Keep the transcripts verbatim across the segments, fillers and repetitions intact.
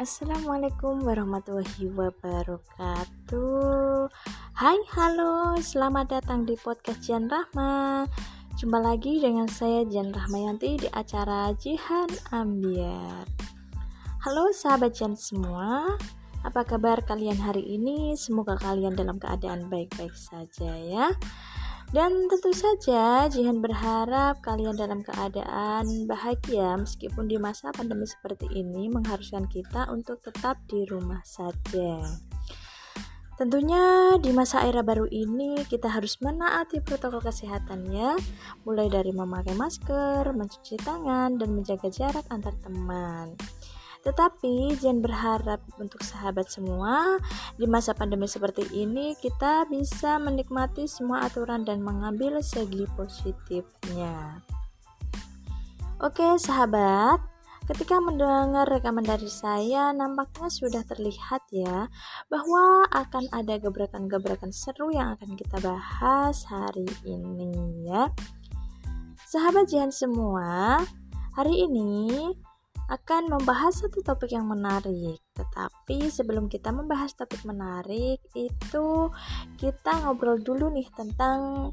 Assalamualaikum warahmatullahi wabarakatuh. Hai, halo, selamat datang di podcast Jihan Rahma. Jumpa lagi dengan saya Jihan Rahmayanti di acara Jihan Ambiar. Halo sahabat Jihan semua, apa kabar kalian hari ini? Semoga kalian dalam keadaan baik-baik saja ya. Dan tentu saja Jihan berharap kalian dalam keadaan bahagia meskipun di masa pandemi seperti ini mengharuskan kita untuk tetap di rumah saja. Tentunya di masa era baru ini kita harus menaati protokol kesehatannya, mulai dari memakai masker, mencuci tangan, dan menjaga jarak antar teman. Tetapi Jihan berharap untuk sahabat semua di masa pandemi seperti ini kita bisa menikmati semua aturan dan mengambil segi positifnya. Oke sahabat, ketika mendengar rekaman dari saya nampaknya sudah terlihat ya bahwa akan ada gebrakan-gebrakan seru yang akan kita bahas hari ini ya. Sahabat Jihan semua, hari ini akan membahas satu topik yang menarik. Tetapi sebelum kita membahas topik menarik itu, kita ngobrol dulu nih tentang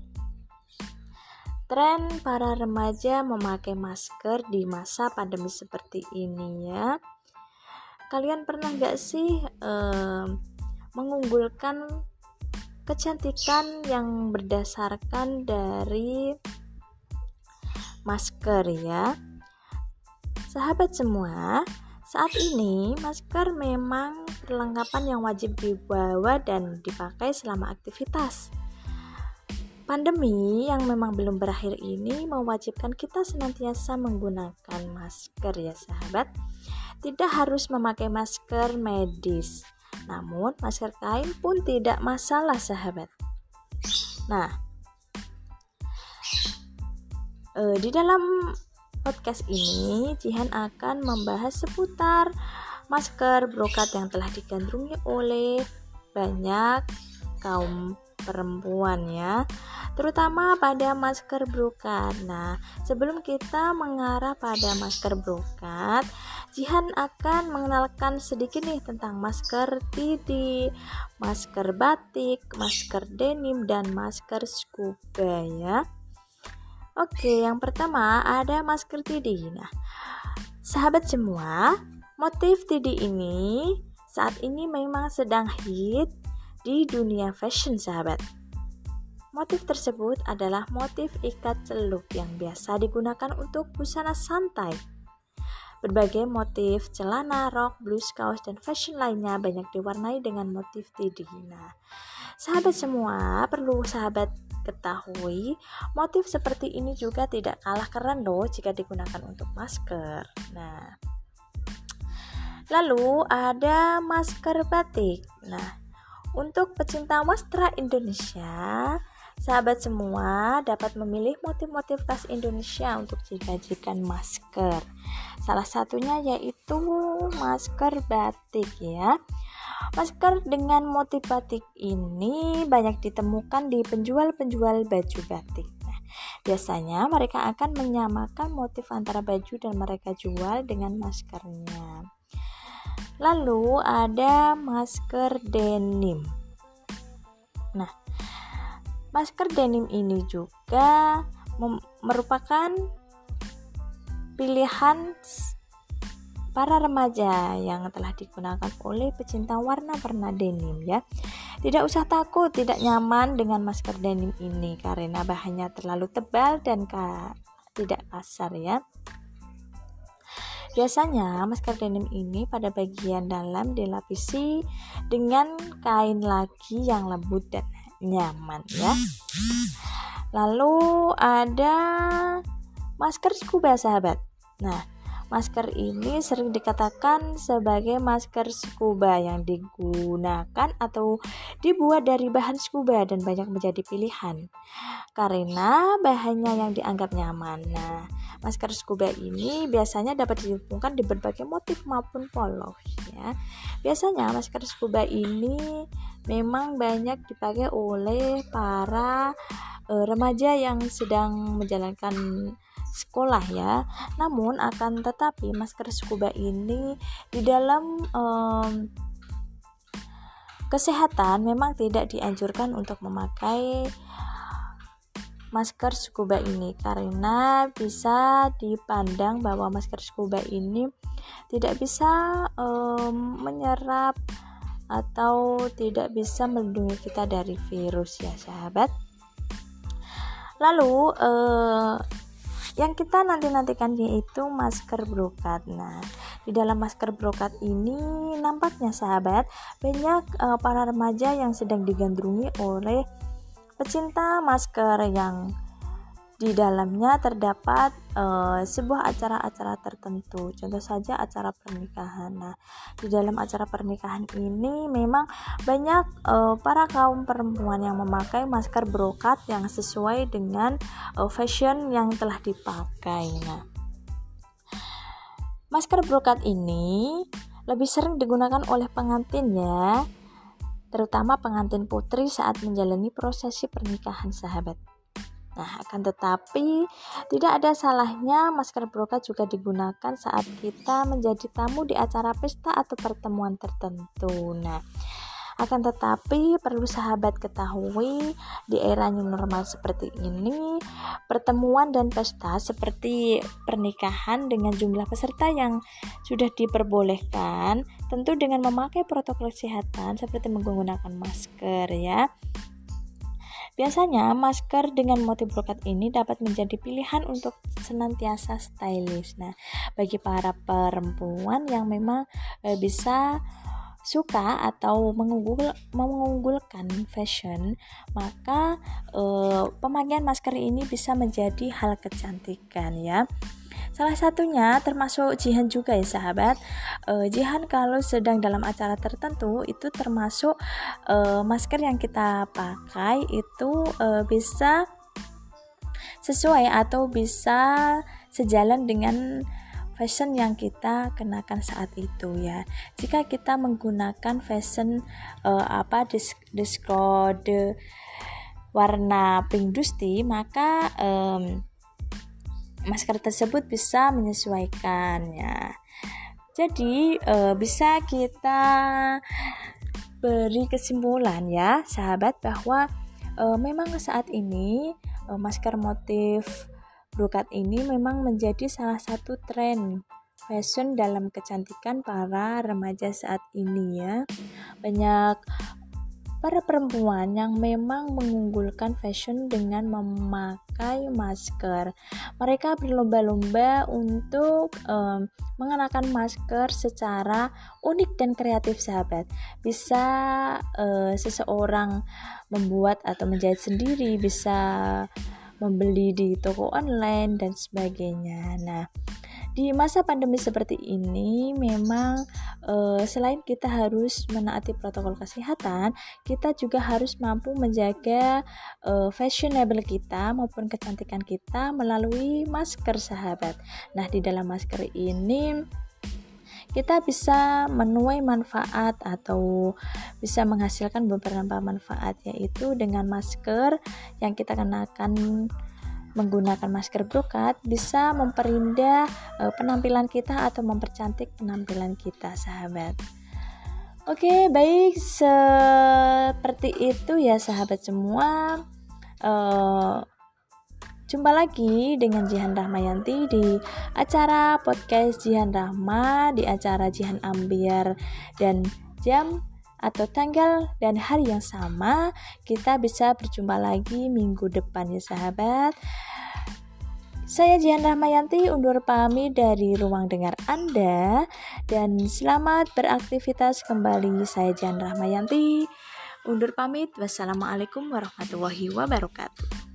tren para remaja memakai masker di masa pandemi seperti ini ya. Kalian pernah gak sih eh, mengunggulkan kecantikan yang berdasarkan dari masker ya? Sahabat semua, saat ini masker memang perlengkapan yang wajib dibawa dan dipakai selama aktivitas. Pandemi yang memang belum berakhir ini mewajibkan kita senantiasa menggunakan masker ya sahabat. Tidak harus memakai masker medis, namun masker kain pun tidak masalah sahabat. Nah, eh, di dalam podcast ini, Jihan akan membahas seputar masker brokat yang telah digandrungi oleh banyak kaum perempuan ya, terutama pada masker brokat. Nah, sebelum kita mengarah pada masker brokat, Jihan akan mengenalkan sedikit nih tentang masker tidi, masker batik, masker denim, dan masker scuba ya. Oke, yang pertama ada masker tidi. Nah, sahabat semua, motif tidi ini saat ini memang sedang hit di dunia fashion sahabat. Motif tersebut adalah motif ikat celup yang biasa digunakan untuk busana santai. Berbagai motif celana, rok, blus, kaos, dan fashion lainnya banyak diwarnai dengan motif tidi. Nah, sahabat semua, perlu sahabat ketahui, motif seperti ini juga tidak kalah keren loh jika digunakan untuk masker. Nah, lalu ada masker batik. Nah, untuk pecinta wastra Indonesia, sahabat semua dapat memilih motif-motif khas Indonesia untuk dijadikan masker. Salah satunya yaitu masker batik ya. Masker dengan motif batik ini banyak ditemukan di penjual-penjual baju batik. Nah, biasanya mereka akan menyamakan motif antara baju dan mereka jual dengan maskernya. Lalu ada masker denim. Nah, masker denim ini juga mem- merupakan pilihan para remaja yang telah digunakan oleh pecinta warna-warna denim ya. Tidak usah takut tidak nyaman dengan masker denim ini karena bahannya terlalu tebal dan ka- tidak kasar ya. Biasanya masker denim ini pada bagian dalam dilapisi dengan kain lagi yang lembut dan nyaman ya. Lalu ada masker scuba sahabat. Nah, masker ini sering dikatakan sebagai masker scuba yang digunakan atau dibuat dari bahan scuba dan banyak menjadi pilihan karena bahannya yang dianggap nyaman. Nah, masker scuba ini biasanya dapat ditemukan di berbagai motif maupun polos ya. Biasanya masker scuba ini memang banyak dipakai oleh para e, remaja yang sedang menjalankan sekolah ya. Namun akan tetapi masker scuba ini di dalam um, kesehatan memang tidak dianjurkan untuk memakai masker scuba ini karena bisa dipandang bahwa masker scuba ini tidak bisa um, menyerap atau tidak bisa melindungi kita dari virus ya sahabat. Lalu eh, yang kita nanti-nantikan yaitu masker brokat. Nah, di dalam masker brokat ini nampaknya sahabat banyak eh, para remaja yang sedang digandrungi oleh pecinta masker yang di dalamnya terdapat uh, sebuah acara-acara tertentu, contoh saja acara pernikahan. Nah, di dalam acara pernikahan ini memang banyak uh, para kaum perempuan yang memakai masker brokat yang sesuai dengan uh, fashion yang telah dipakai. Nah, masker brokat ini lebih sering digunakan oleh pengantin ya, terutama pengantin putri saat menjalani prosesi pernikahan sahabat. Nah, akan tetapi tidak ada salahnya masker brokat juga digunakan saat kita menjadi tamu di acara pesta atau pertemuan tertentu. Nah, akan tetapi perlu sahabat ketahui di era new normal seperti ini, pertemuan dan pesta seperti pernikahan dengan jumlah peserta yang sudah diperbolehkan, tentu dengan memakai protokol kesehatan seperti menggunakan masker ya. Biasanya masker dengan motif brokat ini dapat menjadi pilihan untuk senantiasa stylish. Nah, bagi para perempuan yang memang e, bisa suka atau mengunggul, mengunggulkan fashion, maka e, pemakaian masker ini bisa menjadi hal kecantikan ya. Salah satunya termasuk Jihan juga ya sahabat. E, Jihan kalau sedang dalam acara tertentu itu termasuk e, masker yang kita pakai itu e, bisa sesuai atau bisa sejalan dengan fashion yang kita kenakan saat itu ya. Jika kita menggunakan fashion e, apa disk, diskode warna pink dusty, maka e, masker tersebut bisa menyesuaikannya. Jadi e, bisa kita beri kesimpulan ya sahabat bahwa e, memang saat ini e, masker motif brokat ini memang menjadi salah satu tren fashion dalam kecantikan para remaja saat ini ya. Banyak para perempuan yang memang mengunggulkan fashion dengan memakai masker. Mereka berlomba-lomba untuk um, mengenakan masker secara unik dan kreatif sahabat. Bisa uh, seseorang membuat atau menjahit sendiri, bisa membeli di toko online dan sebagainya. Nah, di masa pandemi seperti ini memang e, selain kita harus menaati protokol kesehatan, kita juga harus mampu menjaga e, fashionable kita maupun kecantikan kita melalui masker sahabat. Nah, di dalam masker ini kita bisa menuai manfaat atau bisa menghasilkan beberapa manfaat, yaitu dengan masker yang kita kenakan menggunakan masker brokat bisa memperindah e, penampilan kita atau mempercantik penampilan kita sahabat. Oke, baik, seperti itu ya sahabat semua. E, jumpa lagi dengan Jihan Rahmayanti di acara podcast Jihan Rahma, di acara Jihan Ambiar, dan jam atau tanggal dan hari yang sama. Kita bisa berjumpa lagi minggu depan ya sahabat. Saya Jihan Rahmayanti undur pamit dari ruang dengar Anda, dan selamat beraktivitas kembali. Saya Jihan Rahmayanti undur pamit. Wassalamualaikum warahmatullahi wabarakatuh.